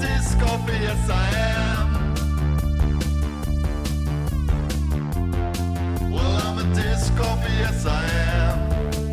disc golf, yes I am. Well, I'm a disc golf, yes I am.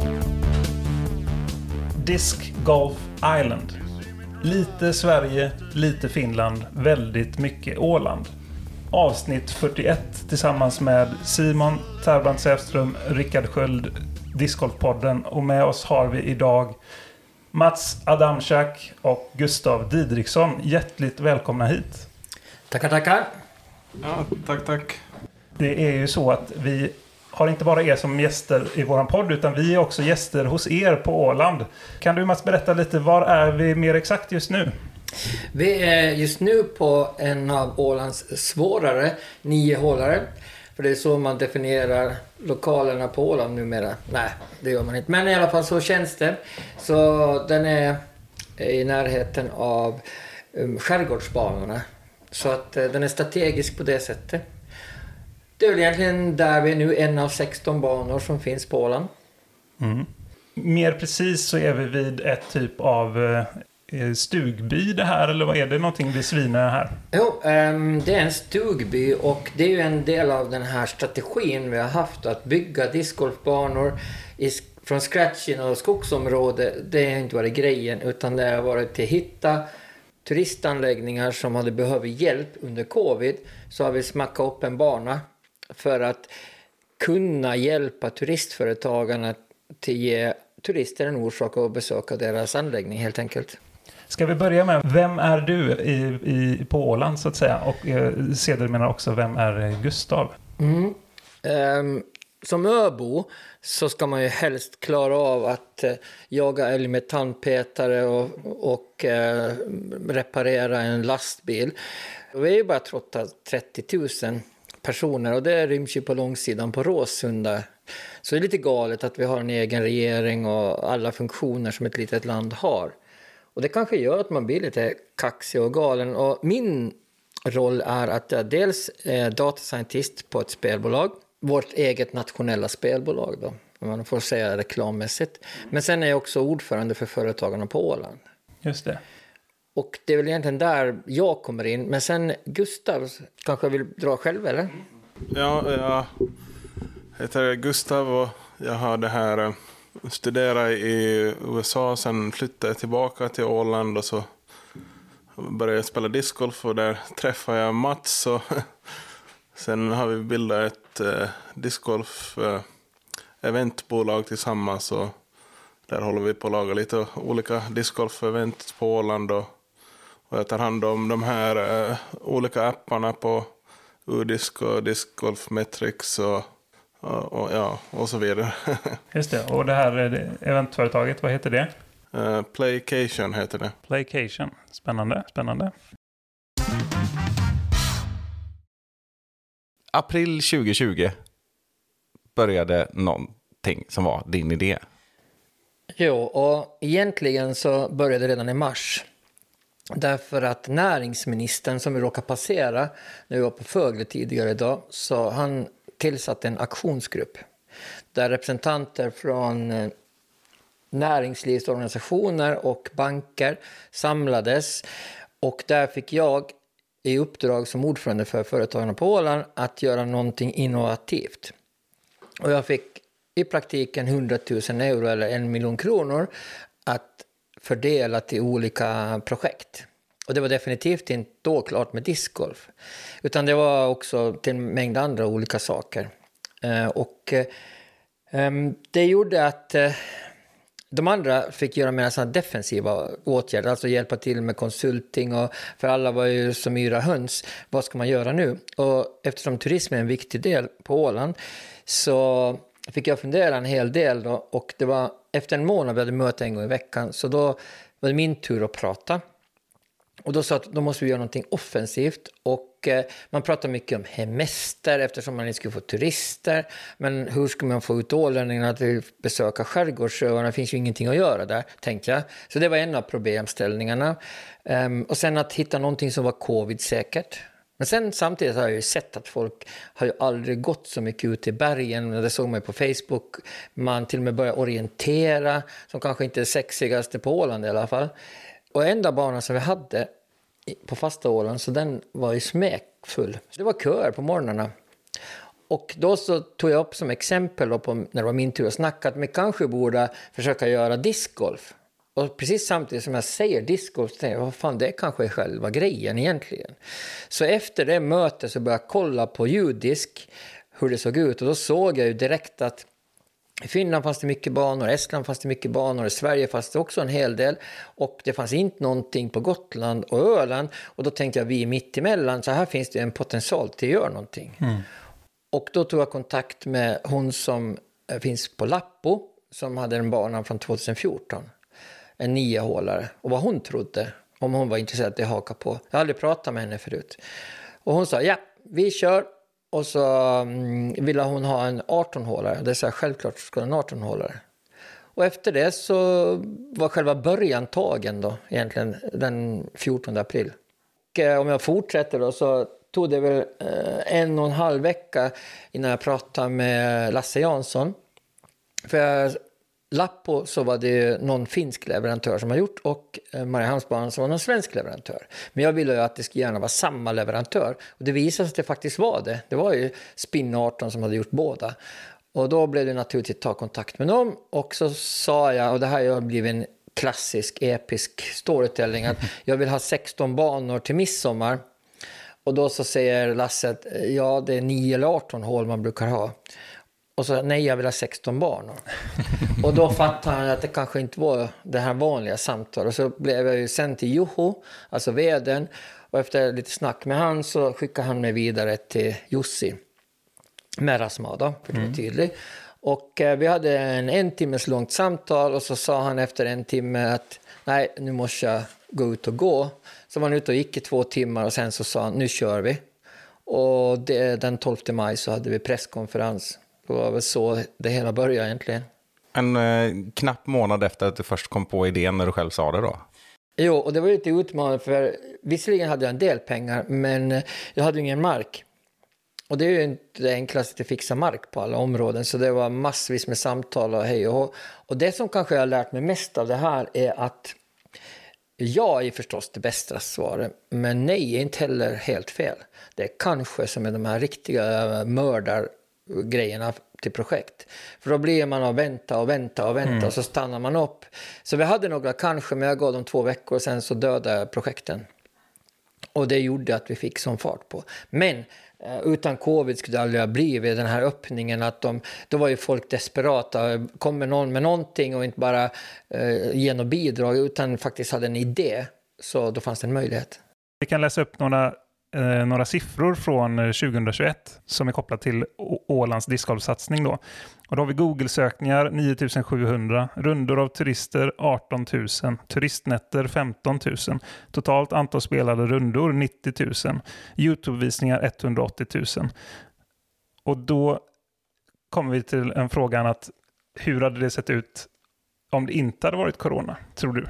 Disc Golf Island. Lite Sverige, lite Finland, väldigt mycket Åland. Avsnitt 41 tillsammans med Simon Terbrand Säfström, Rickard Sköld, Discgolfpodden, och med oss har vi idag Mats Adamczak och Gustav Didriksson. Hjärtligt välkomna hit. Tackar. Ja, tack. Det är ju så att vi har inte bara er som gäster i våran podd, utan vi är också gäster hos er på Åland. Kan du, Mats, berätta lite, var är vi mer exakt just nu? Vi är just nu på en av Ålands svårare 9-hålare. För det är så man definierar lokalerna på Åland numera. Nej, det gör man inte. Men i alla fall så känns det. Så den är i närheten av skärgårdsbanorna. Så att den är strategisk på det sättet. Det är väl egentligen där vi är nu, en av 16 banor som finns på Åland. Mm. Mer precis så är vi vid ett typ av stugby det här, eller vad är det, någonting vi svinar här? Jo, det är en stugby, och det är ju en del av den här strategin vi har haft att bygga discgolfbanor från scratch i något skogsområde. Det har inte varit grejen, utan det har varit till att hitta turistanläggningar som hade behövt hjälp under covid. Så har vi smackat upp en bana för att kunna hjälpa turistföretagarna till att ge turister en orsak att besöka deras anläggning helt enkelt. Ska vi börja med, vem är du på Åland så att säga? Och sedermera också, vem är Gustav? Som öbo så ska man ju helst klara av att jaga älg med tandpetare och reparera en lastbil. Vi är ju bara trotta 30 000 personer, och det ryms ju på långsidan på Råsunda. Så det är lite galet att vi har en egen regering och alla funktioner som ett litet land har. Och det kanske gör att man blir lite kaxig och galen. Och min roll är att jag dels är datascientist på ett spelbolag. Vårt eget nationella spelbolag då, om man får säga reklammässigt. Men sen är jag också ordförande för företagarna på Åland. Just det. Och det är väl egentligen där jag kommer in. Men sen Gustav kanske vill dra själv, eller? Ja, jag heter Gustav och jag har det här studerat i USA, sen flyttade jag tillbaka till Åland och så började jag spela discgolf, och där träffade jag Mats, och sen har vi bildat ett discgolf eventbolag tillsammans, och där håller vi på att laga lite olika discgolf-event på Åland, och jag tar hand om de här olika apparna på Udisk och Discgolf Metrics och så vidare. Just det, och det här eventföretaget, vad heter det? Playcation heter det. Playcation, spännande. April 2020 började någonting som var din idé. Jo, och egentligen så började det redan i mars. Därför att näringsministern som vi råkar passera, när vi var på Fögle tidigare idag, så han tillsatte en aktionsgrupp där representanter från näringslivsorganisationer och banker samlades, och där fick jag i uppdrag som ordförande för företagarna på Åland att göra någonting innovativt. Och jag fick i praktiken 100 000 euro eller 1 miljon kronor att fördela till olika projekt. Och det var definitivt inte då klart med discgolf, utan det var också till en mängd andra olika saker. Det gjorde att de andra fick göra mer sådana defensiva åtgärder, alltså hjälpa till med konsulting, och för alla var ju som yra höns. Vad ska man göra nu? Och eftersom turism är en viktig del på Åland så fick jag fundera en hel del då, och det var efter en månad vi hade möte en gång i veckan, så då var det min tur att prata. Och då sa att då måste vi göra någonting offensivt, och man pratar mycket om hemester eftersom man inte skulle få turister, men hur ska man få ut ålänningarna till att besöka skärgårdsöarna? Det finns ju ingenting att göra där, tänkte jag. Så det var en av problemställningarna. Och sen att hitta någonting som var covid-säkert. Men sen samtidigt har jag ju sett att folk har ju aldrig gått så mycket ut i bergen. Det såg man ju på Facebook. Man till och med börjar orientera, som kanske inte är sexigaste på Åland i alla fall. Och enda banan som vi hade på fasta Åland, så den var ju smäckfull. Det var köer på morgnarna. Och då så tog jag upp som exempel då när det var min tur att snacka att vi kanske borde försöka göra discgolf. Och precis samtidigt som jag säger discgolf så tänker jag, vad fan, det kanske är själva grejen egentligen. Så efter det mötet så började jag kolla på ljuddisk hur det såg ut. Och då såg jag ju direkt att i Finland fanns det mycket banor, i Estland fanns det mycket banor, i Sverige fanns det också en hel del. Och det fanns inte någonting på Gotland och Öland. Och då tänkte jag, vi är mitt emellan, så här finns det en potential till att göra någonting. Och då tog jag kontakt med hon som finns på Lappo, som hade en bana från 2014. En 9-hålare. Och vad hon trodde, om hon var intresserad att haka på. Jag hade aldrig pratat med henne förut. Och hon sa, ja, vi kör. Och så ville hon ha en 18-hålare. Det sa jag, självklart ska en 18-hålare. Och efter det så var själva början tagen då, egentligen den 14 april. Och om jag fortsätter då så tog det väl 1,5 vecka innan jag pratade med Lasse Jansson. För Lappo så var det någon finsk leverantör som har gjort, och Mariehamnsbanan så var någon svensk leverantör. Men jag ville ju att det skulle gärna vara samma leverantör. Och det visade sig att det faktiskt var det. Det var ju Spin 18 som hade gjort båda. Och då blev det naturligt att ta kontakt med dem. Och så sa jag, och det här har blivit en klassisk, episk storytelling, att jag vill ha 16 banor till midsommar. Och då så säger Lasse att ja, det är 9 eller 18 hål man brukar ha. Och så nej, jag vill ha 16 banor. Och då fattade han att det kanske inte var det här vanliga samtalet. Och så blev jag ju sen till Juho, alltså vdn. Och efter lite snack med han så skickade han mig vidare till Jussi med Rasma då, för det var tydligt. Och vi hade en timmes långt samtal, och så sa han efter 1 timme att nej, nu måste jag gå ut och gå. Så var han ute och gick i 2 timmar, och sen så sa han, nu kör vi. Och den 12 maj så hade vi presskonferens. Det var väl så det hela började egentligen. En knapp månad efter att du först kom på idén när du själv sa det då? Jo, och det var lite utmanande, för visserligen hade jag en del pengar, men jag hade ingen mark. Och det är ju inte det enklaste att fixa mark på alla områden, så det var massvis med samtal och hej och hå. Och det som kanske jag har lärt mig mest av det här är att ja är förstås det bästa svaret, men nej är inte heller helt fel. Det är kanske som är de här riktiga mördargrejerna till projekt. För då blir man och vänta och så stannar man upp. Så vi hade några kanske, men jag gav dem 2 veckor och sen så dödade projekten. Och det gjorde att vi fick sån fart på. Men utan covid skulle det aldrig ha blivit den här öppningen, att då var ju folk desperata. Kommer någon med någonting och inte bara ge något bidrag utan faktiskt hade en idé, så då fanns det en möjlighet. Vi kan läsa upp några siffror från 2021 som är kopplat till Ålands discgolfsatsning då. Och då har vi Google-sökningar 9700, rundor av turister 18 000, turistnätter 15 000, totalt antal spelade rundor 90 000, YouTube-visningar 180 000. Och då kommer vi till en frågan att hur hade det sett ut om det inte hade varit corona, tror du?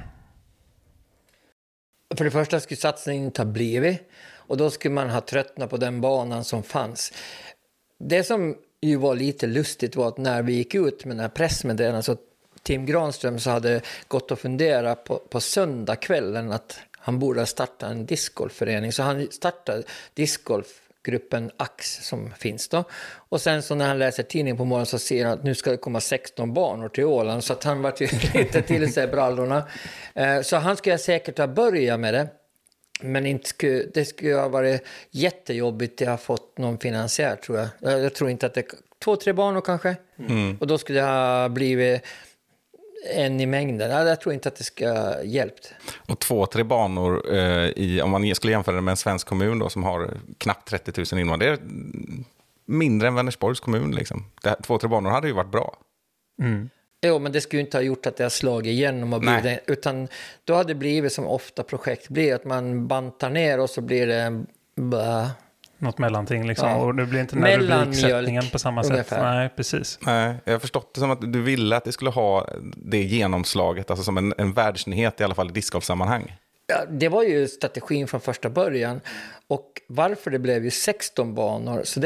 För det första skulle satsningen inte ha blivit, och då skulle man ha tröttnat på den banan som fanns. Det som ju var lite lustigt var att när vi gick ut med den här pressmeddelandet, så Tim Granström så hade gått och fundera på söndagskvällen att han borde starta en discgolfförening. Så han startade discgolfgruppen Ax som finns då. Och sen så när han läser tidningen på morgonen så ser han att nu ska det komma 16 banor till Åland. Så att han var ju lite till sig brallorna. Så han skulle säkert ha börjat med det. Men det skulle ha varit jättejobbigt att ha fått någon finansiär, tror jag. Jag tror inte att det 2-3 banor kanske. Och då skulle det ha blivit en i mängden. Jag tror inte att det ska ha hjälpt. Och 2-3 banor, om man skulle jämföra det med en svensk kommun då, som har knappt 30 000 invånare. Det är mindre än Vänersborgs kommun. Liksom. 2-3 banor hade ju varit bra. Jo, men det skulle ju inte ha gjort att det har slagit igenom och blivit det, utan då hade det blivit som ofta projekt blir, att man bantar ner och så blir det något mellanting liksom, och det blir inte den här rubriksättningen på samma sätt. Nej, precis. Nej, jag har förstått det som att du ville att det skulle ha det genomslaget, alltså som en världsnyhet i alla fall i discgolfsammanhang. Ja, det var ju strategin från första början, och varför det blev ju 16 banor, så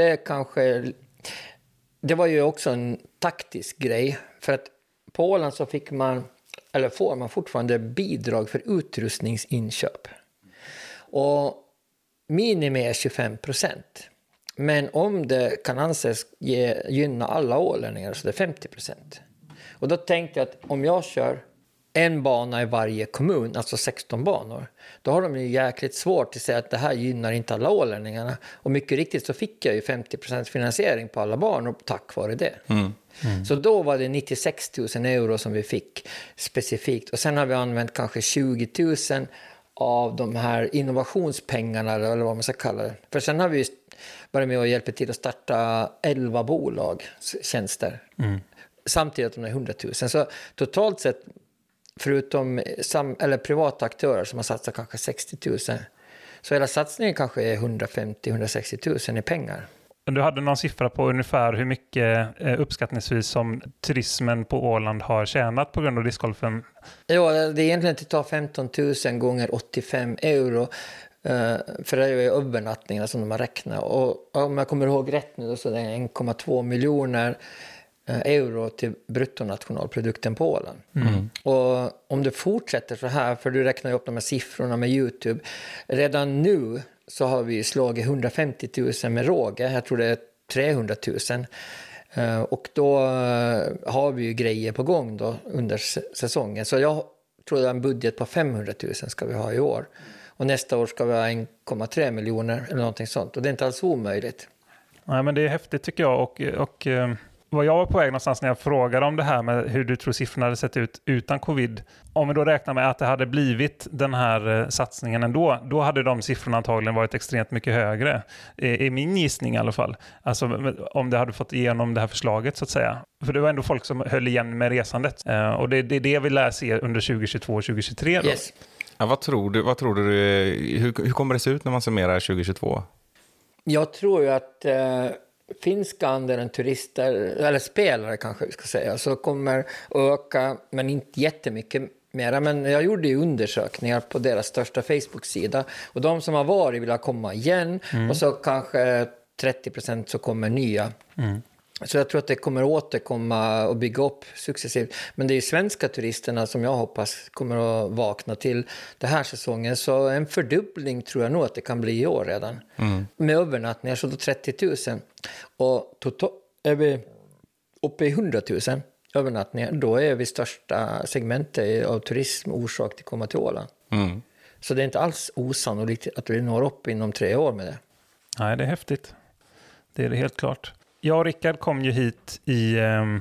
det var ju också en taktisk grej, för att på Åland så får man fortfarande bidrag för utrustningsinköp. Och minimi är 25%. Men om det kan anses gynna alla ålänningar så det är 50%. Och då tänkte jag att om jag kör en bana i varje kommun, alltså 16 banor, då har de ju jäkligt svårt att säga att det här gynnar inte alla ålänningarna. Och mycket riktigt så fick jag ju 50% finansiering på alla banor tack vare det. Så då var det 96 000 euro som vi fick specifikt. Och sen har vi använt kanske 20 000 av de här innovationspengarna eller vad man ska kalla det. För sen har vi varit med och hjälpt till att starta 11 bolag, tjänster. Samtidigt som det är 100 000. Så totalt sett, förutom privata aktörer som har satsat kanske 60 000, så hela satsningen kanske är 150-160 000 i pengar. Du hade någon siffra på ungefär hur mycket uppskattningsvis som turismen på Åland har tjänat på grund av discgolfen? Ja, det är egentligen att ta 15 000 gånger 85 euro. För det är ju övernattningarna som de har räknat. Och om jag kommer ihåg rätt nu så är det 1,2 miljoner euro till bruttonationalprodukten på Åland. Och om det fortsätter så här, för du räknar ju upp de här siffrorna med YouTube, redan nu så har vi slagit 150 000 med råge. Jag tror det är 300 000. Och då har vi ju grejer på gång då under säsongen. Så jag tror det är en budget på 500 000 ska vi ha i år. Och nästa år ska vi ha 1,3 miljoner eller någonting sånt. Och det är inte alls omöjligt. Nej, men det är häftigt tycker jag. Och vad jag var på väg någonstans när jag frågade om det här med hur du tror siffrorna hade sett ut utan covid. Om vi då räknar med att det hade blivit den här satsningen ändå, då hade de siffrorna antagligen varit extremt mycket högre. I min gissning i alla fall. Alltså om det hade fått igenom det här förslaget så att säga. För det var ändå folk som höll igen med resandet. Och det är det vi lär se under 2022 och 2023 då. Yes. Ja, vad tror du hur kommer det se ut när man summerar 2022? Jag tror ju att finska andelen turister, eller spelare kanske vi ska säga, så kommer öka, men inte jättemycket mera. Men jag gjorde ju undersökningar på deras största Facebook-sida. Och de som har varit vill komma igen. Och så kanske 30% så kommer nya. Så jag tror att det kommer återkomma och bygga upp successivt. Men det är ju svenska turisterna som jag hoppas kommer att vakna till den här säsongen. Så en fördubbling tror jag nog att det kan bli i år redan. Med övernattningar så då 30 000. Och totalt är vi uppe i 100 000 övernattningar. Då är vi största segmentet av turism orsak till att komma till Åland. Så det är inte alls osannolikt att vi når upp inom 3 år med det. Nej, det är häftigt. Det är det helt klart. Jag och Rickard kom ju hit i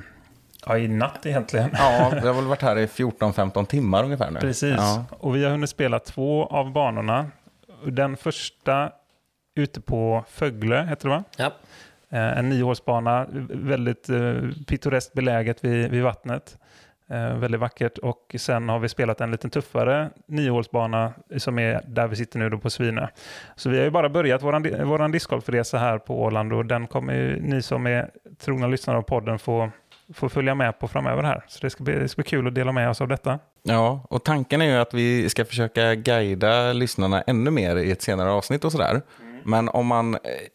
natt egentligen. Ja, vi har väl varit här i 14-15 timmar ungefär nu. Precis, ja. Och vi har hunnit spela 2 av banorna. Den första ute på Fögle, heter det va? Ja. En 9-hålsbana, väldigt pittoreskt beläget vid vattnet. Väldigt vackert. Och sen har vi spelat en lite tuffare 9-hålsbana som är där vi sitter nu då på Svinö. Så vi har ju bara börjat våran discgolfresa här på Åland och den kommer ju ni som är trogna lyssnare av podden få följa med på framöver här. Så det ska bli kul att dela med oss av detta. Ja, och tanken är ju att vi ska försöka guida lyssnarna ännu mer i ett senare avsnitt och sådär. Men om man...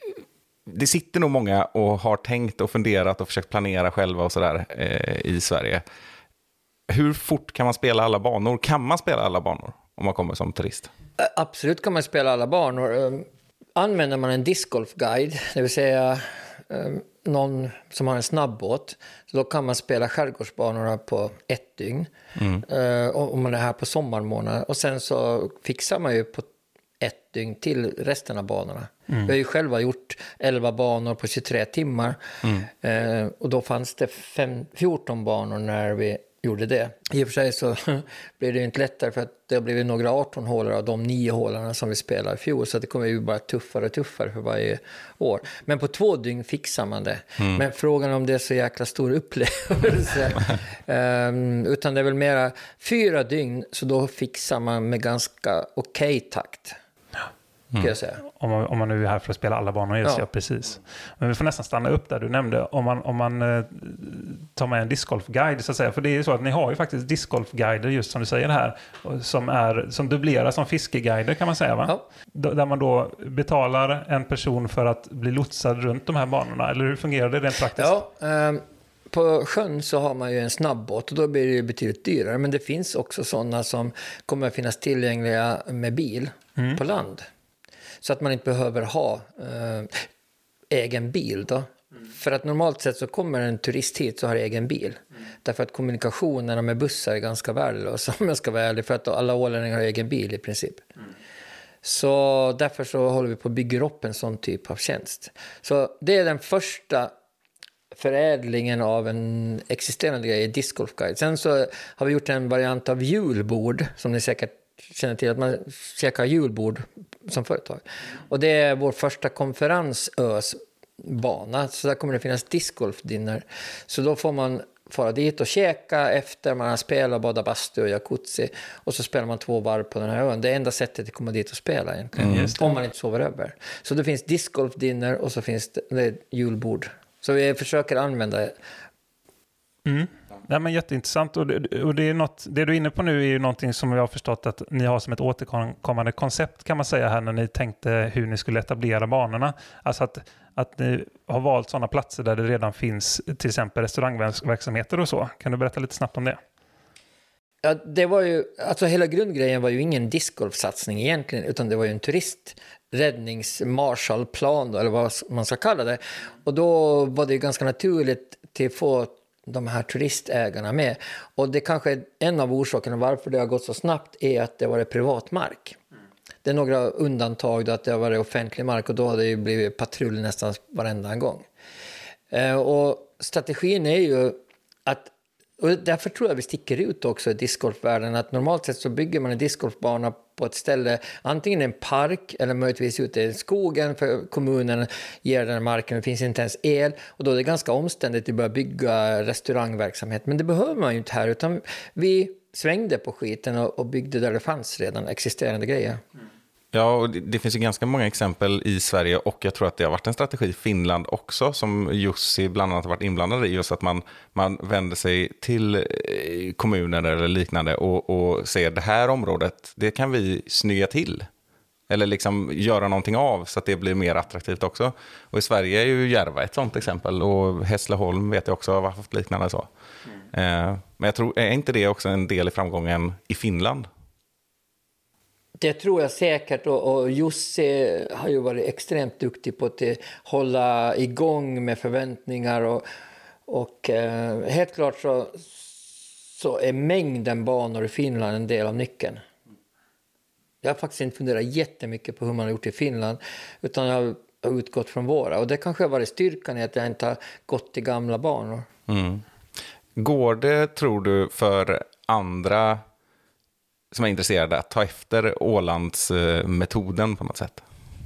Det sitter nog många och har tänkt och funderat och försökt planera själva och sådär i Sverige. Hur fort kan man spela alla banor? Kan man spela alla banor om man kommer som turist? Absolut kan man spela alla banor. Använder man en discgolfguide, det vill säga någon som har en snabbbåt, så då kan man spela skärgårdsbanorna på 1 dygn. Om man är här på sommarmånader. Och sen så fixar man ju på 1 dygn till resten av banorna. Vi har ju själva gjort 11 banor på 23 timmar. Och då fanns det 14 banor när vi gjorde det. I och för sig så blev det inte lättare för att det har blivit några 18-hålare av de 9 hålarna som vi spelar i fjol. Så det kommer ju bara tuffare och tuffare för varje år. Men på 2 dygn fixar man det. Men frågan om det är så jäkla stor upplevelse. Utan det är väl mera 4 dygn, så då fixar man med ganska okej takt. Kan jag säga. Om man nu är här för att spela alla banor, ja precis. Men vi får nästan stanna upp där du nämnde, om man tar med en discgolfguide så att säga, för det är ju så att ni har ju faktiskt discgolfguider just som du säger här, som dubblerar som fiskeguider kan man säga va? Ja. Där man då betalar en person för att bli lotsad runt de här banorna, eller hur fungerar det rent praktiskt? Ja, på sjön så har man ju en snabbbåt och då blir det ju betydligt dyrare. Men det finns också sådana som kommer att finnas tillgängliga med bil på land. Så att man inte behöver ha egen bil då. För att normalt sett så kommer en turist hit så har egen bil. Därför att kommunikationerna med bussar är ganska värdelösa om jag ska vara ärlig. För att alla ålänningar har egen bil i princip. Så därför så håller vi på att bygga upp en sån typ av tjänst. Så det är den första förädlingen av en existerande grej i Disc Golf Guide. Sen så har vi gjort en variant av julbord som ni säkert känner till, att man käkar julbord som företag. Och det är vår första konferensösbana, så där kommer det finnas discgolf-dinner. Så då får man fara dit och käka efter man har spelat både bastu och jacuzzi, och så spelar man 2 varv på den här ön. Det är enda sättet att komma dit och spela egentligen, om man inte sover över. Så det finns discgolf-dinner och så finns det julbord. Så vi försöker använda det. Ja, men jätteintressant. Och det är något, det du är inne på nu är ju någonting som jag har förstått att ni har som ett återkommande koncept, kan man säga, här när ni tänkte hur ni skulle etablera banorna. Alltså att ni har valt sådana platser där det redan finns till exempel restaurangverksamheter och så. Kan du berätta lite snabbt om det? Ja, det var ju, alltså hela grundgrejen var ju ingen discgolfsatsning egentligen, utan det var ju en turisträddnings-Marshallplan då, eller vad man ska kalla det. Och då var det ju ganska naturligt till att få de här turistägarna med. Och det kanske är en av orsakerna varför det har gått så snabbt, är att det var privat mark. Det är några undantag då att det har varit offentlig mark, och då har det ju blivit patrull nästan varenda gång. Och strategin är ju att, och därför tror jag vi sticker ut också i discgolfvärlden, att normalt sett så bygger man en discgolfbana på ett ställe, antingen en park eller möjligtvis ute i skogen, för kommunen ger den marken, det finns inte ens el, och då är det ganska omständigt att börja bygga restaurangverksamhet. Men det behöver man ju inte här, utan vi svängde på skiten och byggde där det fanns redan existerande grejer. Ja, och det finns ju ganska många exempel i Sverige, och jag tror att det har varit en strategi i Finland också, som Jussi bland annat har varit inblandad i, just att man vänder sig till kommuner eller liknande och säger det här området, det kan vi snygga till. Eller liksom göra någonting av så att det blir mer attraktivt också. Och i Sverige är ju Järva ett sånt exempel, och Hässleholm vet jag också har haft liknande så. Men jag tror, är inte det också en del i framgången i Finland? Det tror jag säkert, och Jussi har ju varit extremt duktig på att hålla igång med förväntningar, och helt klart så är mängden banor i Finland en del av nyckeln. Jag har faktiskt inte funderat jättemycket på hur man har gjort i Finland, utan jag har utgått från våra, och det kanske har varit styrkan i att jag inte har gått till gamla banor. Går det, tror du, för andra som är intresserade att ta efter Ålandsmetoden på något sätt?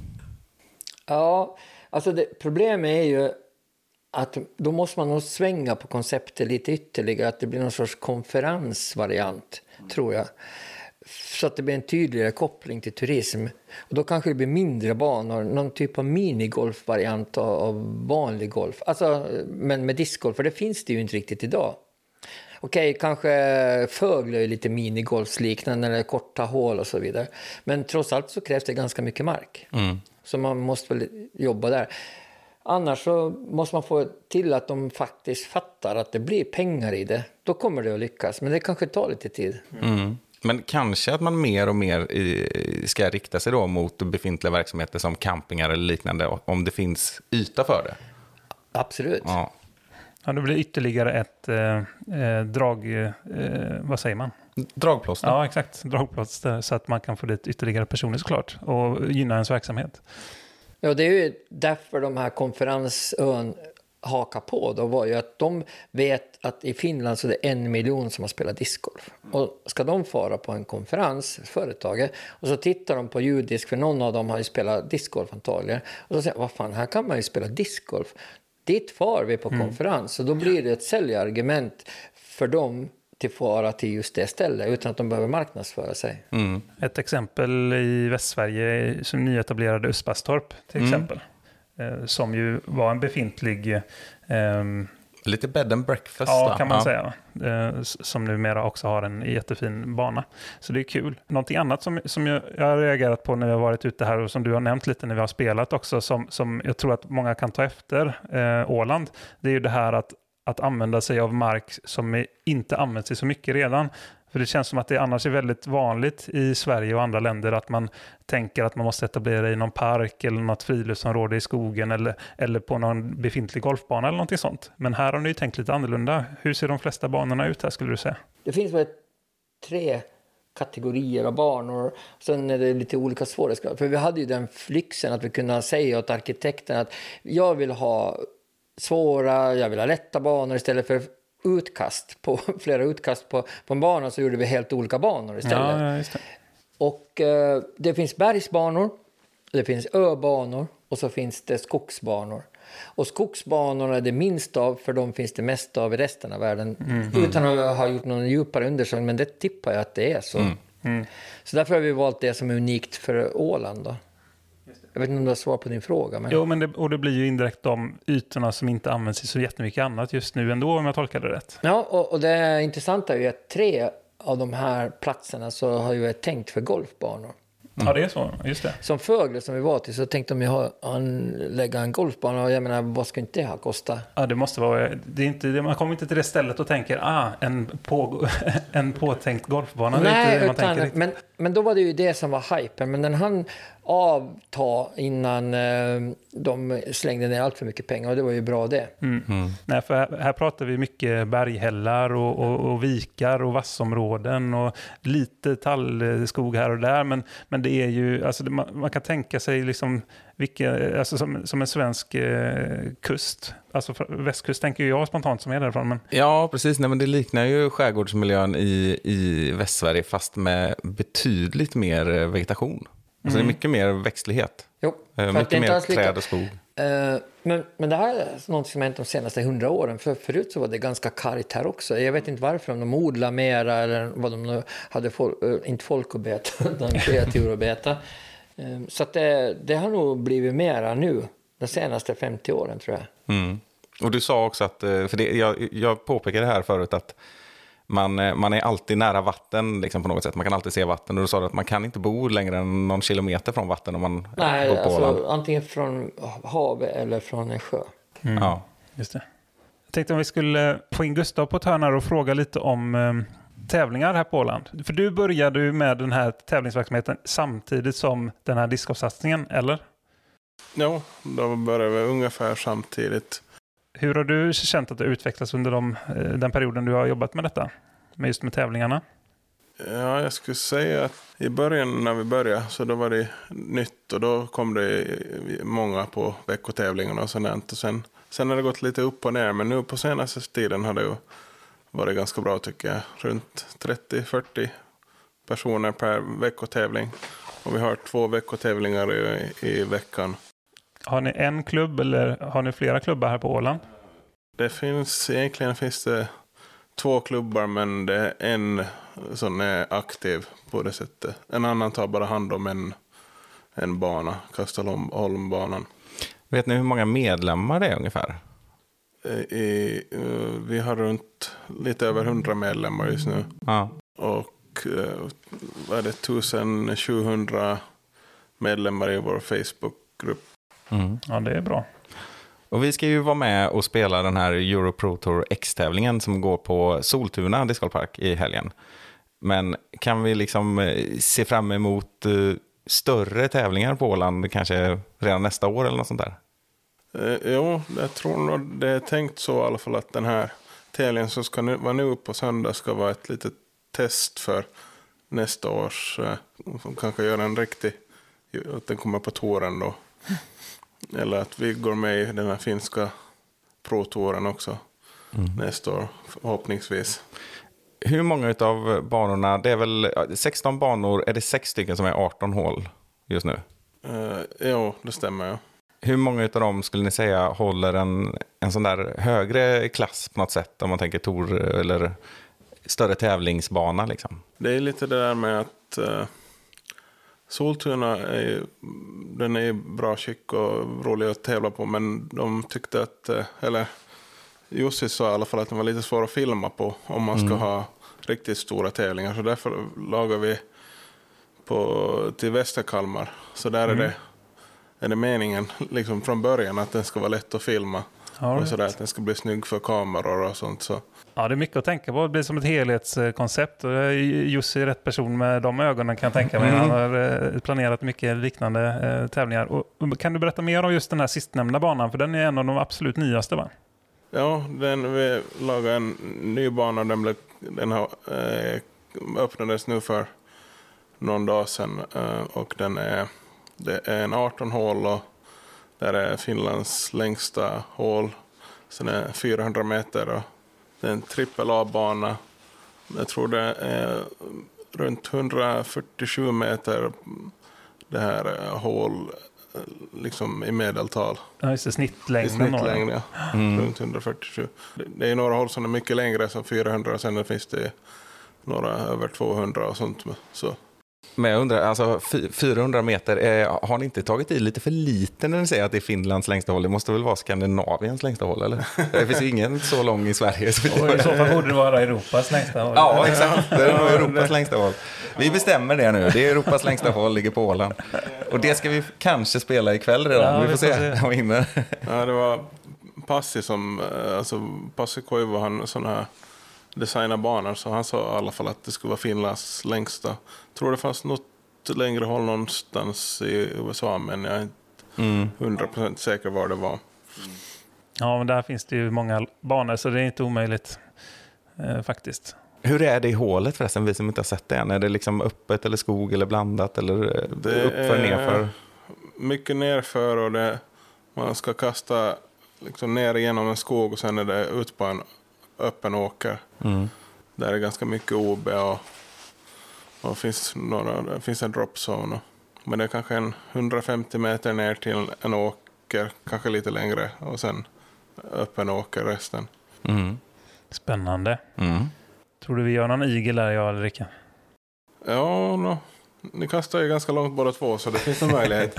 Ja, alltså problemet är ju att då måste man nog svänga på konceptet lite ytterligare, att det blir någon sorts konferensvariant, tror jag. Så att det blir en tydligare koppling till turism. Och då kanske det blir mindre banor, någon typ av minigolfvariant av vanlig golf. Alltså, men med discgolf, för det finns det ju inte riktigt idag. Okej, kanske Föglö är lite minigolfsliknande eller korta hål och så vidare. Men trots allt så krävs det ganska mycket mark. Så man måste väl jobba där. Annars så måste man få till att de faktiskt fattar att det blir pengar i det. Då kommer det att lyckas, men det kanske tar lite tid. Men kanske att man mer och mer ska rikta sig då mot befintliga verksamheter som campingar eller liknande, om det finns yta för det. Absolut. Ja. Ja, det blir ytterligare ett vad säger man? Dragplåster. Ja, exakt. Dragplåster, så att man kan få dit ytterligare personer såklart och gynna ens verksamhet. Ja, det är ju därför de här konferensön haka på då, var ju att de vet att i Finland så är det 1 miljon som har spelat discgolf. Och ska de fara på en konferens, företaget, och så tittar de på judisk, för någon av dem har ju spelat discgolf antagligen, och så säger vad fan, här kan man ju spela discgolf. Dit far vi på konferens, och då blir det ett säljargument för dem till fara till just det stället utan att de behöver marknadsföra sig. Ett exempel i Västsverige som nyetablerade Öspastorp till exempel. Som ju var en befintlig... lite bed and breakfast. Ja, kan man säga. Som numera också har en jättefin bana. Så det är kul. Någonting annat som jag har reagerat på när jag har varit ute här, och som du har nämnt lite när vi har spelat också, som jag tror att många kan ta efter Åland, det är ju det här att att använda sig av mark som inte används i så mycket redan. För det känns som att det annars är väldigt vanligt i Sverige och andra länder att man tänker att man måste etablera i någon park eller något friluftsområde i skogen eller på någon befintlig golfbana eller någonting sånt. Men här har ni ju tänkt lite annorlunda. Hur ser de flesta banorna ut här skulle du säga? Det finns väl 3 kategorier av banor. Sen är det lite olika svårighetsgrad. För vi hade ju den lyxen att vi kunde säga åt arkitekten att jag vill ha svåra, jag vill ha lätta banor istället för flera utkast på en bana, så gjorde vi helt olika banor istället. Ja, just det. Och det finns bergsbanor, det finns öbanor och så finns det skogsbanor. Och skogsbanorna är det minst av, för de finns det mest av i resten av världen. Utan att ha gjort någon djupare undersökning, men det tippar jag att det är så. Så därför har vi valt det som är unikt för Åland då. Jag vet inte om du har svar på din fråga. Men... Jo, men det blir ju indirekt de ytorna som inte används i så jättemycket annat just nu ändå, om jag tolkar det rätt. Ja, och det intressanta är ju att 3 av de här platserna så har ju tänkt för golfbanor. Ja, det är så. Just det. Som Fögle som vi var till så tänkte de ju anlägga en golfbana, och jag menar, vad ska inte det ha kosta? Ja, det måste vara... Det är inte, man kommer inte till det stället och tänker en påtänkt golfbana. Nej, det man tänker men då var det ju det som var hypen. Men den hann avta innan de slängde ner allt för mycket pengar, och det var ju bra det. Nej, för här pratar vi mycket berghällar och vikar och vassområden och lite tallskog här och där, men det är ju, alltså man kan tänka sig liksom alltså som en svensk kust. Alltså västkust tänker jag spontant som är därifrån. Men... Ja, precis. Nej, men det liknar ju skärgårdsmiljön i Västsverige, fast med betydligt mer vegetation. Alltså det är mycket mer växtlighet. Jo, mycket mer träd och skog. Men det här är något som har hänt de senaste 100 åren. För förut så var det ganska kargt här också. Jag vet inte varför, om de odlar mera eller vad de nu hade, inte folk att beta, utan kreatur att beta. Så att det har nog blivit mera nu, de senaste 50 åren tror jag. Och du sa också att, för det, jag påpekade här förut att man är alltid nära vatten liksom, på något sätt. Man kan alltid se vatten. Och du sa att man kan inte bo längre än någon kilometer från vatten om man bor på Åland. Antingen från havet eller från en sjö. Ja, just det. Jag tänkte om vi skulle få in Gustav på törnar och fråga lite om tävlingar här på Åland. För du började ju med den här tävlingsverksamheten samtidigt som den här discgolfsatsningen, eller? Ja, då började vi ungefär samtidigt. Hur har du känt att det utvecklats under den perioden du har jobbat med detta? Just med tävlingarna? Ja, jag skulle säga att i början när vi började så då var det nytt, och då kom det många på veckotävlingarna och sådant. Och sen har det gått lite upp och ner, men nu på senaste tiden har det ju varit ganska bra tycker jag. Runt 30-40 personer per veckotävling. Och vi har 2 veckotävlingar i veckan. Har ni en klubb eller har ni flera klubbar här på Åland? Egentligen finns det 2 klubbar, men det är en som är aktiv på det sättet. En annan tar bara hand om en bana, Kastelholmbanan. Vet ni hur många medlemmar det är ungefär? Vi har runt lite över 100 medlemmar just nu. Ja. Och vad är det, 1700 medlemmar i vår Facebookgrupp. Ja, det är bra. Och vi ska ju vara med och spela den här Euro Pro Tour X-tävlingen som går på Soltuna discgolfpark i helgen. Men kan vi liksom se fram emot större tävlingar på Åland kanske redan nästa år eller något sånt där? Jo, jag tror nog det är tänkt så i alla fall, att den här tävlingen som ska vara nu på söndag ska vara ett litet test för nästa års, som kanske gör en riktig, att den kommer på touren då. Eller att vi går med i den här finska pro-touren också nästa år, förhoppningsvis. Hur många av banorna, det är väl 16 banor, är det 6 stycken som är 18 hål just nu? Jo, det stämmer ja. Hur många av dem skulle ni säga håller en sån där högre klass på något sätt, om man tänker tour eller större tävlingsbana liksom? Det är lite det där med att Soltuna den är bra skick och rolig att tävla på, men de tyckte att, eller Jussi sa i alla fall att den var lite svår att filma på om man ska ha riktigt stora tävlingar, så därför lagar vi till Västerkalmar, så där är det meningen liksom från början att den ska vara lätt att filma. Och sådär, att den ska bli snygg för kameror och sånt. Så. Ja, det är mycket att tänka på. Det blir som ett helhetskoncept. Och Jussi är rätt person med de ögonen, kan jag tänka mig. Han har planerat mycket liknande tävlingar. Och kan du berätta mer om just den här sistnämnda banan? För den är en av de absolut nyaste, va? Ja, vi lagade en ny bana. Den öppnades nu för någon dag sedan. Och det är en 18 hål och där är Finlands längsta hål. Sen är 400 meter och det är en trippel A-bana. Jag tror det är runt 147 meter det här hål liksom i medeltal. Ja, just det, snittlängden. Ja. Runt 147. Det är några hål som är mycket längre som 400 och sen finns det några över 200 och sånt. Så. Men jag undrar, alltså 400 meter, har ni inte tagit i lite för lite när ni säger att det är Finlands längsta håll? Det måste väl vara Skandinaviens längsta håll, eller? Det finns ju ingen så lång i Sverige. Och i så fall borde det vara Europas längsta håll. Ja, exakt. Det är nog Europas längsta håll. Vi bestämmer det nu. Det är Europas längsta håll, ligger på Åland. Och det ska vi kanske spela ikväll redan. Ja, vi får se. Ja, det var Passi som, alltså Passi Koivu, han sån här designa banor, så han sa i alla fall att det skulle vara Finlands längsta. Jag tror det fanns något längre håll någonstans i USA, men jag är inte 100% säker var det var. Ja, men där finns det ju många banor, så det är inte omöjligt faktiskt. Hur är det i hålet förresten, vi som inte har sett det än? Är det liksom öppet eller skog eller blandat eller det uppför, nerför? Mycket nerför och man ska kasta liksom ner genom en skog och sen är det ut på en öppen åker. Där är ganska mycket OB och finns en dropzone. Men det är kanske 150 meter ner till en åker, kanske lite längre, och sen öppen åker resten. Spännande. Tror du vi gör någon igel där, jag eller Rickard? Ja, ni kastar ju ganska långt båda två, så det finns en möjlighet.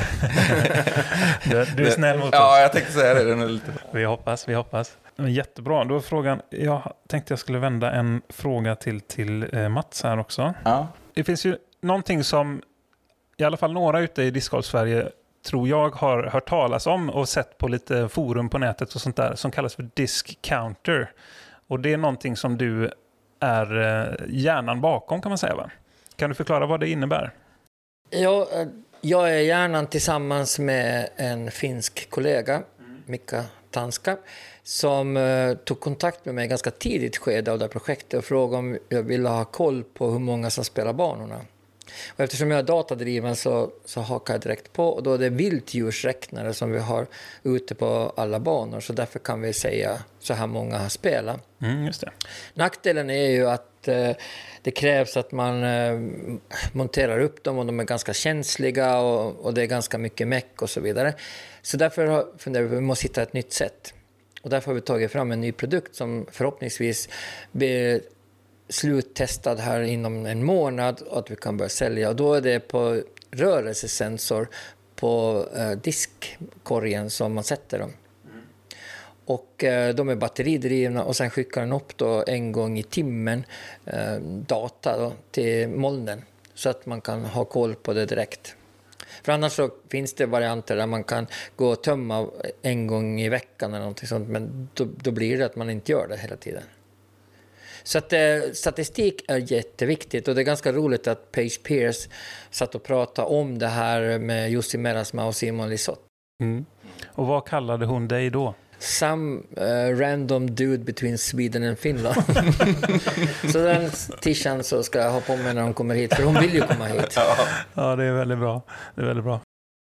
Du är snäll mot oss. Ja, jag tänkte säga det. Lite. Vi hoppas. Men jättebra. Då är frågan, jag tänkte jag skulle vända en fråga till Mats här också. Ja. Det finns ju någonting som i alla fall några ute i Discgolf Sverige tror jag har hört talas om och sett på lite forum på nätet och sånt där, som kallas för Disc Counter. Och det är någonting som du är hjärnan bakom, kan man säga, va? Kan du förklara vad det innebär? Ja, jag är hjärnan tillsammans med en finsk kollega, Mika Tanska, som tog kontakt med mig ganska tidigt skede av det här projektet och frågade om jag ville ha koll på hur många som spelar banorna. Och eftersom jag är datadriven så hakar jag direkt på, och då är det viltdjursräknare som vi har ute på alla banor, så därför kan vi säga så här många har spelat. Just det. Nackdelen är ju att det krävs att man monterar upp dem och de är ganska känsliga och det är ganska mycket meck och så vidare. Så därför funderar vi måste hitta ett nytt sätt. Och därför har vi tagit fram en ny produkt som förhoppningsvis blir sluttestad här inom en månad och att vi kan börja sälja. Och då är det på rörelsesensor på diskkorgen som man sätter dem. Och de är batteridrivna och sen skickar den upp då en gång i timmen data då till molnen så att man kan ha koll på det direkt. För annars så finns det varianter där man kan gå och tömma en gång i veckan eller någonting sånt, men då blir det att man inte gör det hela tiden. Så att statistik är jätteviktigt, och det är ganska roligt att Paige Pierce satt och pratade om det här med Jussi Merasma och Simon Lisotte. Och vad kallade hon dig då? Some random dude between Sweden and Finland. Så den tishan så ska jag ha på mig när de kommer hit, för hon vill ju komma hit. Ja, det är väldigt bra. Det är väldigt bra.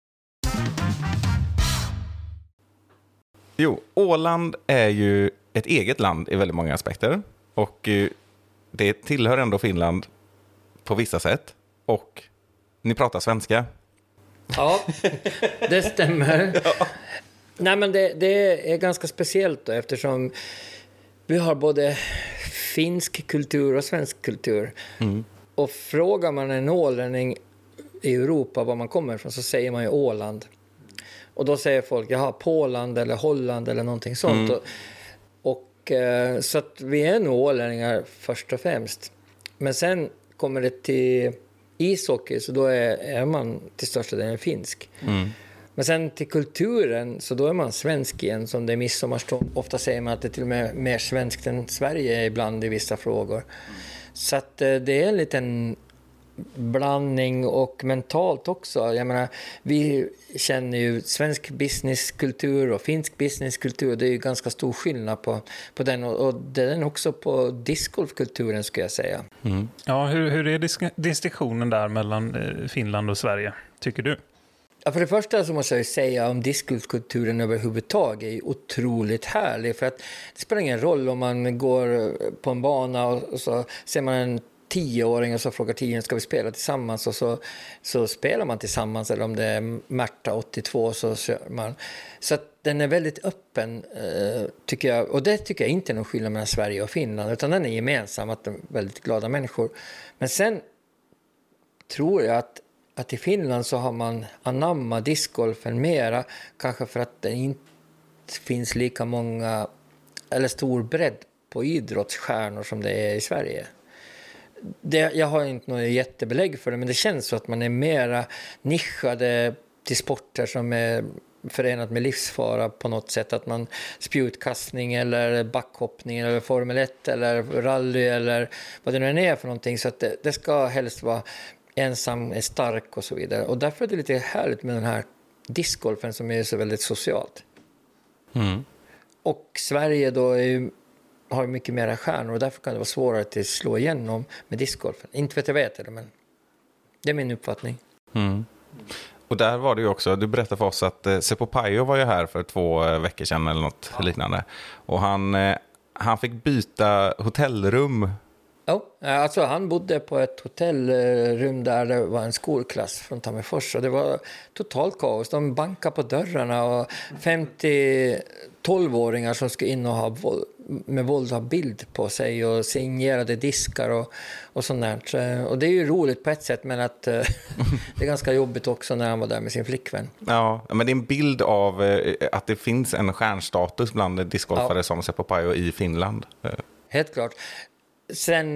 Jo, Åland är ju ett eget land i väldigt många aspekter. Och det tillhör ändå Finland på vissa sätt. Och ni pratar svenska. Ja, det stämmer. Ja. Nej, men det är ganska speciellt då, eftersom vi har både finsk kultur och svensk kultur. Och frågar man en ålänning i Europa var man kommer ifrån, så säger man ju Åland. Och då säger folk, jaha, Poland eller Holland eller någonting sånt. Och så att vi är nog ålänningar först och främst. Men sen kommer det till ishockey, så då är man till största delen finsk. Men sen till kulturen, så då är man svensk igen, som det är midsommarstånd. Ofta säger man att det är till och med mer svenskt än Sverige ibland i vissa frågor. Så att det är en liten blandning, och mentalt också. Jag menar, vi känner ju svensk businesskultur och finsk businesskultur. Det är ju ganska stor skillnad på den, och den också på discgolfkulturen, skulle jag säga. Mm. Ja, hur är distinktionen där mellan Finland och Sverige, tycker du? Ja, för det första så måste jag ju säga om discgolfkulturen överhuvudtaget är otroligt härlig, för att det spelar ingen roll om man går på en bana och så ser man en 10-åring och så frågar 10, ska vi spela tillsammans, och så spelar man tillsammans, eller om det är Märta 82 så kör man. Så att den är väldigt öppen, tycker jag, och det tycker jag inte är någon skillnad mellan Sverige och Finland, utan den är gemensam, att de är väldigt glada människor. Men sen tror jag att i Finland så har man anammat discgolfen mera, kanske för att det inte finns lika många eller stor bredd på idrottsstjärnor som det är i Sverige. Jag har inte något jättebelägg för det, men det känns så att man är mera nischade till sporter som är förenat med livsfara på något sätt. Att man spjutkastning eller backhoppning eller Formel 1 eller rally eller vad det nu än är för någonting. Så att det ska helst vara ensam, är stark och så vidare. Och därför är det lite härligt med den här discgolfen som är så väldigt socialt. Mm. Och Sverige då har mycket mera stjärnor, och därför kan det vara svårare att slå igenom med discgolfen. Inte för att jag vet det, men det är min uppfattning. Mm. Och där var det ju också, du berättade för oss att Seppo Pajo var ju här för 2 veckor sedan eller något liknande. Och han fick byta hotellrum. Ja, alltså han bodde på ett hotellrum där det var en skolklass från Tammerfors, och det var totalt kaos. De bankade på dörrarna, och 50 12-åringar som skulle in och med våld ha bild på sig och signerade diskar och sånt där. Och det är ju roligt på ett sätt, men att det är ganska jobbigt också när han var där med sin flickvän. Ja, men det är en bild av att det finns en stjärnstatus bland discgolfare som Seppo Pajo i Finland. Helt klart. Sen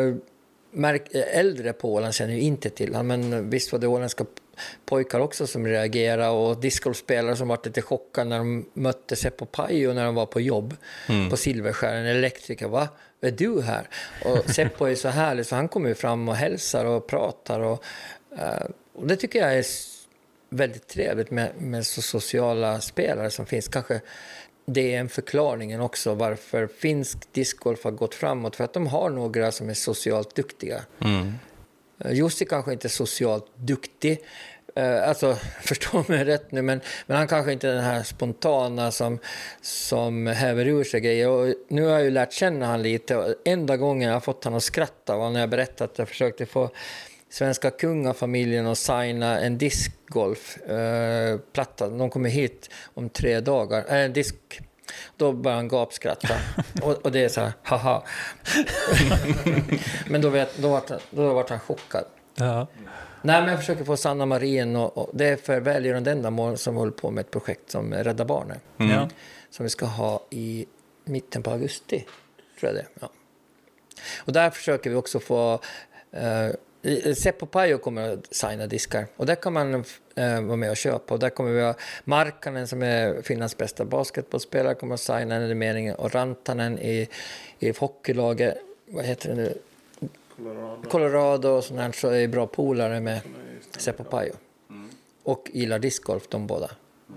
äldre på Åland känner ju inte till han, men visst var det åländska pojkar också som reagerade, och discgolfspelare som var lite chockade när de mötte Seppo Pajo när de var på jobb på Silverstjärnen. Elektriker, va? Är du här? Och Seppo är så härlig, så han kommer ju fram och hälsar och pratar, och det tycker jag är väldigt trevligt med så sociala spelare som finns. Kanske det är en förklaring också varför finsk discgolf har gått framåt, för att de har några som är socialt duktiga. Jussi kanske inte är socialt duktig, alltså förstå mig rätt nu, men han kanske inte är den här spontana som häver ur sig grejer. Och nu har jag ju lärt känna han lite, och enda gången jag har fått han att skratta var när jag berättade att jag försökte få svenska kungafamiljen att signa en discgolfplatta. De kommer hit om 3 dagar. Då börjar han gapskratta. och det är så här, haha. Men då var han chockad. Ja. Nej, men jag försöker få Sanna Marin, och det är för välgörande ändamål som vi håller på med ett projekt som Rädda Barnen. Som vi ska ha i mitten på augusti, tror jag det. Ja. Och där försöker vi också få Seppo Pajo kommer att signa diskar, och där kan man vara med och köpa, och där kommer vi ha Markkanen som är Finlands bästa basketbollspelare kommer att signa en mening, och Rantanen i hockeylaget, vad heter det nu? Colorado och sånt här, så är bra polare med Seppo Pajo. Och gillar discgolf de båda.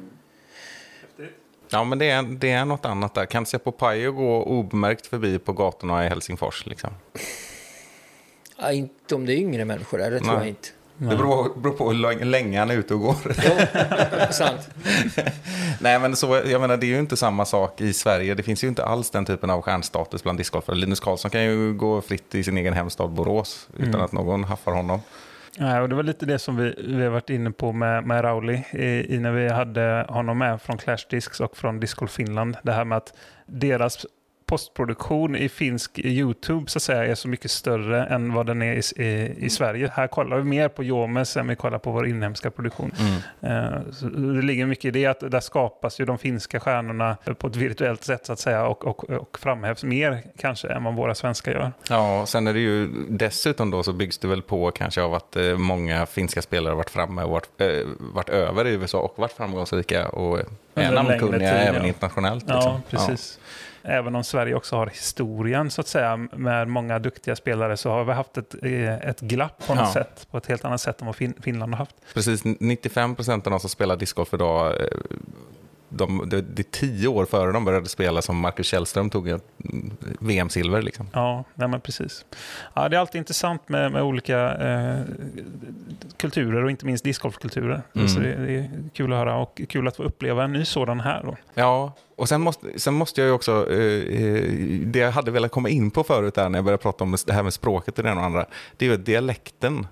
Ja, men det är något annat där. Kan Seppo Pajo gå obemärkt förbi på gatorna i Helsingfors liksom? Ja, inte om det är yngre människor där, det tror jag inte. Det beror på hur länge han är ute och går. Jo, sant. Nej, men så, jag menar, det är ju inte samma sak i Sverige. Det finns ju inte alls den typen av stjärnstatus bland discgolfare. Linus Karlsson kan ju gå fritt i sin egen hemstad Borås utan att någon haffar honom. Ja, och det var lite det som vi har varit inne på med Rauli när vi hade honom med från Clash Discs och från Discgolf Finland. Det här med att deras postproduktion i finsk YouTube så att säga är så mycket större än vad den är i Sverige. Här kollar vi mer på Jomes än vi kollar på vår inhemska produktion. Så det ligger mycket i det att där skapas ju de finska stjärnorna på ett virtuellt sätt så att säga och framhävs mer kanske än vad våra svenskar gör. Ja, sen är det ju dessutom då så byggs det väl på kanske av att många finska spelare har varit framme och varit över i USA och varit framgångsrika och är namnkunniga även internationellt. Liksom. Ja, precis. Ja. Även om Sverige också har historien så att säga med många duktiga spelare så har vi haft ett glapp på något sätt, på ett helt annat sätt än vad Finland har haft. Precis, 95% av de som spelar discgolf idag det är 10 år före de började spela som Marcus Källström tog ett VM-silver liksom. Ja, nej men precis. Ja, det är alltid intressant med olika kulturer och inte minst discgolfkulturer. Så det är kul att höra och kul att få uppleva en ny sådan här då. Ja, och sen måste jag ju också det jag hade velat komma in på förut där när jag började prata om det här med språket och det ena och andra, det är ju dialekten.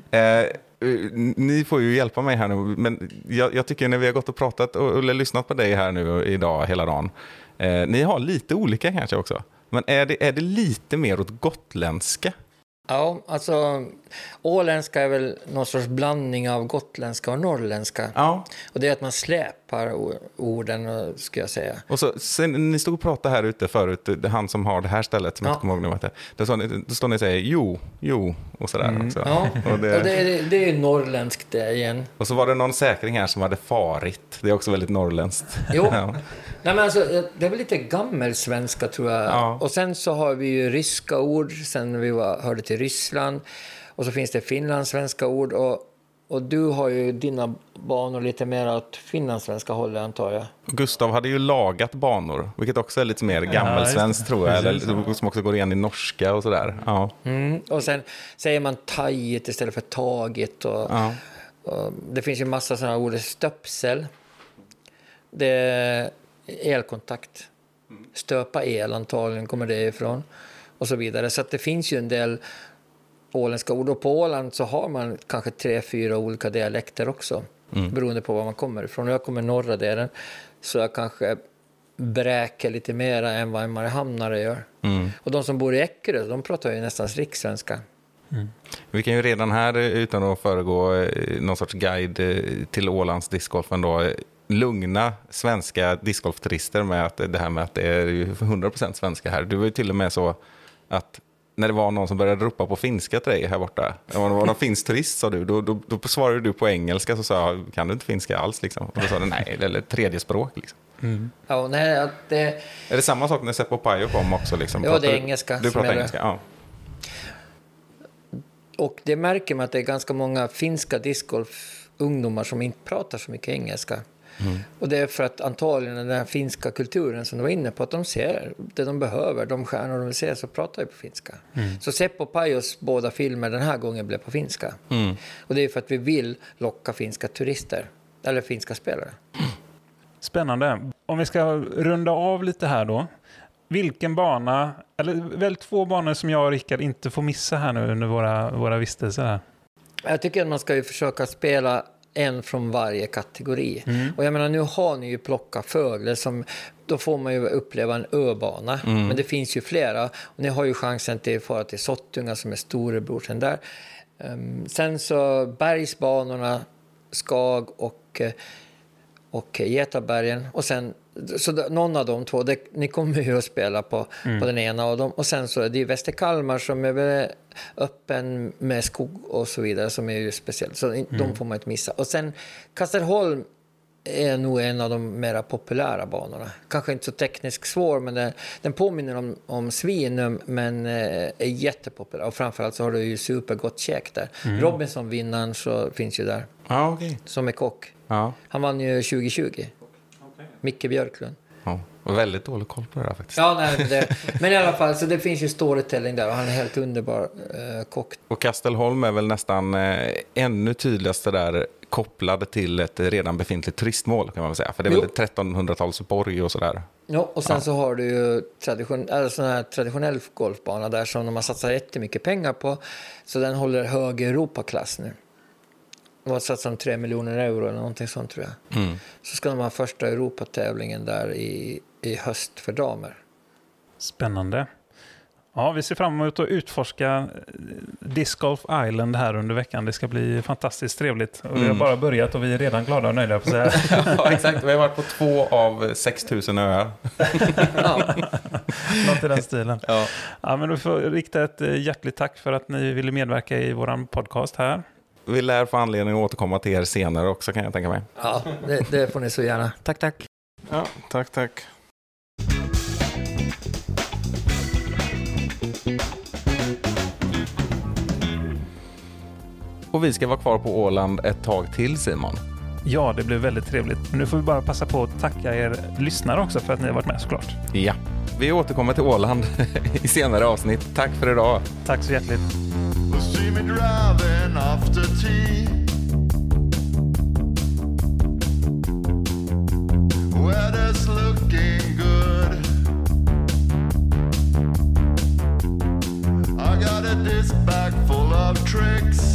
Ni får ju hjälpa mig här nu, men jag tycker när vi har gått och pratat eller lyssnat på dig här nu idag hela dagen, ni har lite olika kanske också, men är det lite mer åt gotländska? Ja, alltså åländska är väl någon sorts blandning av gotländska och norrländska. Ja. Och det är att man släpar orden, ska jag säga. Och så, sen, ni stod och pratade här ute förut, han som har det här stället som jag inte kommer ihåg nu vad det är. Då står ni och säger jo och sådär också. Ja, och det är norrländskt det igen. Och så var det någon säkring här som hade farit. Det är också väldigt norrländskt. Jo, nej, men alltså, det är väl lite gammelsvenska tror jag. Ja. Och sen så har vi ju ryska ord, sen vi hörde till Ryssland. Och så finns det finlandssvenska ord och du har ju dina banor lite mer åt finlandssvenska hållet antar jag. Gustav hade ju lagat banor, vilket också är lite mer gammelsvenskt tror jag. Eller som också går igen i norska och sådär. Ja. Och sen säger man taget istället för taget. Och det finns ju massa sådana ord. Stöpsel. Det är elkontakt. Stöpa el antagligen kommer det ifrån. Och så vidare. Så att det finns ju en del åländska ord. Och på Åland så har man kanske 3-4 olika dialekter också. Beroende på var man kommer ifrån. Och jag kommer norra delen. Så jag kanske bräker lite mer än vad en mariehamnare gör. Och de som bor i Eckerö, de pratar ju nästan rikssvenska. Vi kan ju redan här, utan att föregå någon sorts guide till Ålands discgolfen då, lugna svenska discgolfturister med att det här med att det är 100% svenska här. Du var ju till och med så att när det var någon som började ropa på finska till dig här borta, om det var någon finsk turist sa du, då svarade du på engelska så sa jag, kan du inte finska alls liksom? Och då sa du nej, eller tredje språk liksom. Ja, nej, att det... Är det samma sak när Seppo Pajo kom också liksom? Ja, det är engelska. Du pratar engelska, ja. Och det märker man att det är ganska många finska discgolf-ungdomar som inte pratar så mycket engelska. Och det är för att antagligen den här finska kulturen som de var inne på, att de ser det de behöver, de stjärnor de vill se, så pratar ju på finska. Så Seppo Pajos båda filmer den här gången blev på finska. Och det är för att vi vill locka finska turister, eller finska spelare. Spännande. Om vi ska runda av lite här då. Vilken bana, eller väl 2 banor som jag och Rickard inte får missa här nu under våra vistelser här? Jag tycker att man ska ju försöka spela en från varje kategori. Och jag menar, nu har ni ju plockat Fögle som, då får man ju uppleva en öbana. Men det finns ju flera. Och ni har ju chansen till att fara till Sottunga som är storebrorsen där. Sen så bergsbanorna, Skag och Getabergen. Och sen, så någon av de två, ni kommer ju att spela på den ena av dem. Och sen så är det ju Västerkalmar som är väl öppen med skog och så vidare som är ju speciellt. Så de får man inte missa. Och sen Kastelholm är nog en av de mera populära banorna. Kanske inte så tekniskt svår, men den påminner om Svinum, men är jättepopulär. Och framförallt så har du ju supergott käk där. Robinson-vinnaren så finns ju där. Som är kock. Han vann ju 2020. Micke Björklund. Ja, och väldigt dålig koll på det där faktiskt. Ja, nej, men i alla fall, så det finns ju storytelling där och han är helt underbar kock. Och Kastelholm är väl nästan ännu tydligast där kopplad till ett redan befintligt turistmål kan man väl säga. För det är väl 1300-talsborg och sådär. Ja, och sen så har du ju sån här traditionell golfbana där som de har satsat jättemycket pengar på. Så den håller hög Europaklass nu. De har satsat 3 miljoner euro eller någonting sånt tror jag. Så ska de ha första Europatävlingen där i höst för damer. Spännande. Ja, vi ser fram emot att utforska Disc Golf Island här under veckan. Det ska bli fantastiskt trevligt. Och vi har bara börjat och vi är redan glada och nöjda på att säga. Ja, exakt. Vi har varit på 2 av 6000 öar. Något i den stilen. Ja. Ja, men du får rikta ett hjärtligt tack för att ni ville medverka i våran podcast här. Vi lär få anledning att återkomma till er senare också, kan jag tänka mig. Ja, det får ni så gärna. Tack. Ja, tack. Och vi ska vara kvar på Åland ett tag till, Simon. Ja, det blev väldigt trevligt. Men nu får vi bara passa på att tacka er lyssnare också för att ni har varit med såklart. Ja, vi återkommer till Åland i senare avsnitt. Tack för idag. Tack så hjärtligt. Will see me driving after tea. Weather's looking good. I got a disc bag full of tricks.